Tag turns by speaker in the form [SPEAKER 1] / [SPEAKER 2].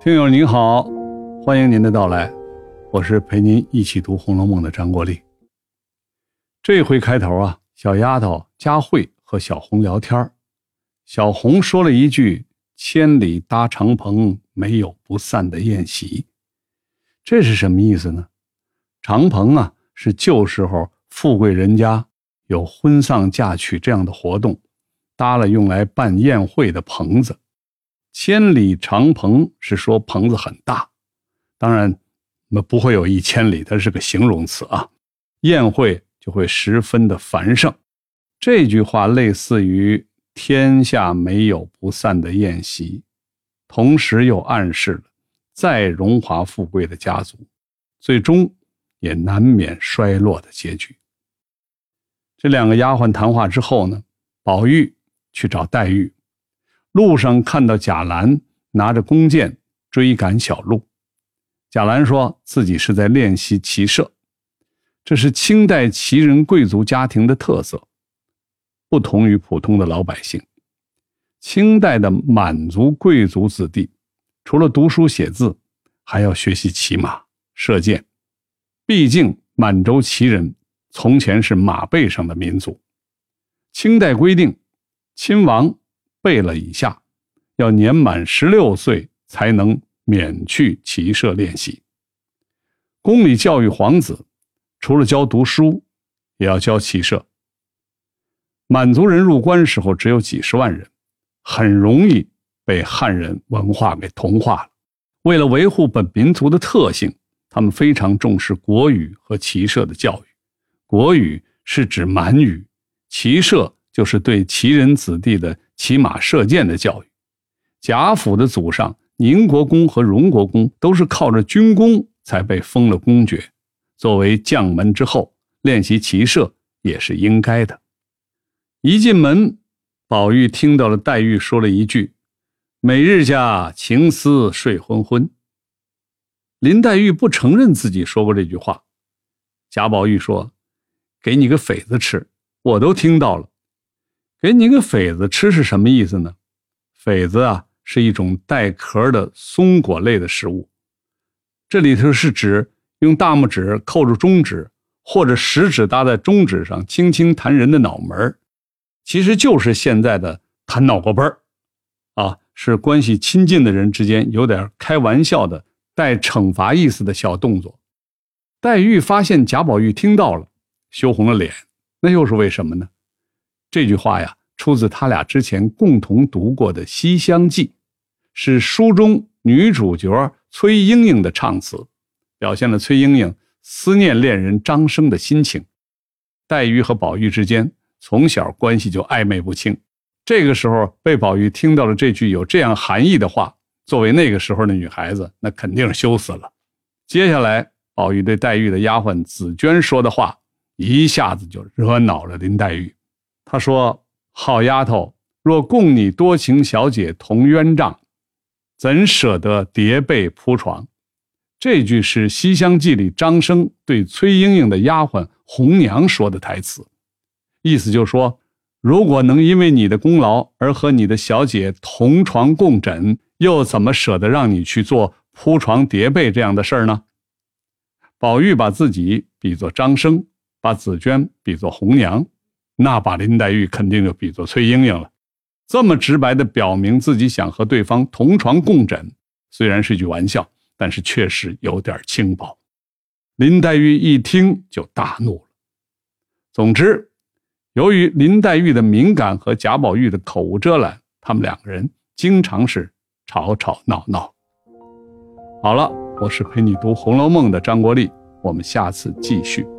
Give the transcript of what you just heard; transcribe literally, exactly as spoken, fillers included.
[SPEAKER 1] 听友您好，欢迎您的到来，我是陪您一起读《红楼梦》的张国立。这回开头啊，小丫头佳慧和小红聊天，小红说了一句千里搭长棚，没有不散的宴席。这是什么意思呢？长棚啊，是旧时候富贵人家有婚丧嫁娶这样的活动，搭了用来办宴会的棚子。千里长棚是说棚子很大，当然不会有一千里，它是个形容词啊。宴会就会十分的繁盛。这句话类似于天下没有不散的宴席，同时又暗示了再荣华富贵的家族最终也难免衰落的结局。这两个丫鬟谈话之后呢，宝玉去找黛玉，路上看到贾兰拿着弓箭追赶小鹿。贾兰说自己是在练习骑射，这是清代旗人贵族家庭的特色，不同于普通的老百姓。清代的满族贵族子弟除了读书写字，还要学习骑马射箭，毕竟满洲旗人从前是马背上的民族。清代规定，亲王贝勒以下要年满十六岁才能免去骑射练习。宫里教育皇子，除了教读书，也要教骑射。满族人入关时候只有几十万人，很容易被汉人文化给同化了。为了维护本民族的特性，他们非常重视国语和骑射的教育。国语是指满语，骑射就是对旗人子弟的骑马射箭的教育。贾府的祖上宁国公和荣国公都是靠着军功才被封了公爵，作为将门之后，练习骑射也是应该的。一进门，宝玉听到了黛玉说了一句每日家情思睡昏昏。林黛玉不承认自己说过这句话。贾宝玉说给你个匪子吃，我都听到了。给你个匪子吃是什么意思呢？匪子啊，是一种带壳的松果类的食物，这里头是指用大拇指扣住中指，或者食指搭在中指上轻轻弹人的脑门，其实就是现在的弹脑瓜崩啊，是关系亲近的人之间有点开玩笑的带惩罚意思的小动作。黛玉发现贾宝玉听到了，羞红了脸，那又是为什么呢？这句话呀，出自他俩之前共同读过的《西厢记》，是书中女主角崔莺莺的唱词，表现了崔莺莺思念恋人张生的心情。黛玉和宝玉之间从小关系就暧昧不清，这个时候被宝玉听到了这句有这样含义的话，作为那个时候的女孩子，那肯定是羞死了。接下来宝玉对黛玉的丫鬟紫娟说的话，一下子就惹恼了林黛玉。他说好丫头，若供你多情小姐同鸳帐，怎舍得叠被铺床。这句是《西厢记》里张生对崔莺莺的丫鬟红娘说的台词，意思就是说，如果能因为你的功劳而和你的小姐同床共枕，又怎么舍得让你去做铺床叠被这样的事儿呢？宝玉把自己比作张生，把紫娟比作红娘，那把林黛玉肯定就比作崔莺莺了。这么直白地表明自己想和对方同床共枕，虽然是句玩笑，但是确实有点轻薄。林黛玉一听就大怒了。总之，由于林黛玉的敏感和贾宝玉的口无遮拦，他们两个人经常是吵吵闹闹。好了，我是陪你读《红楼梦》的张国立，我们下次继续。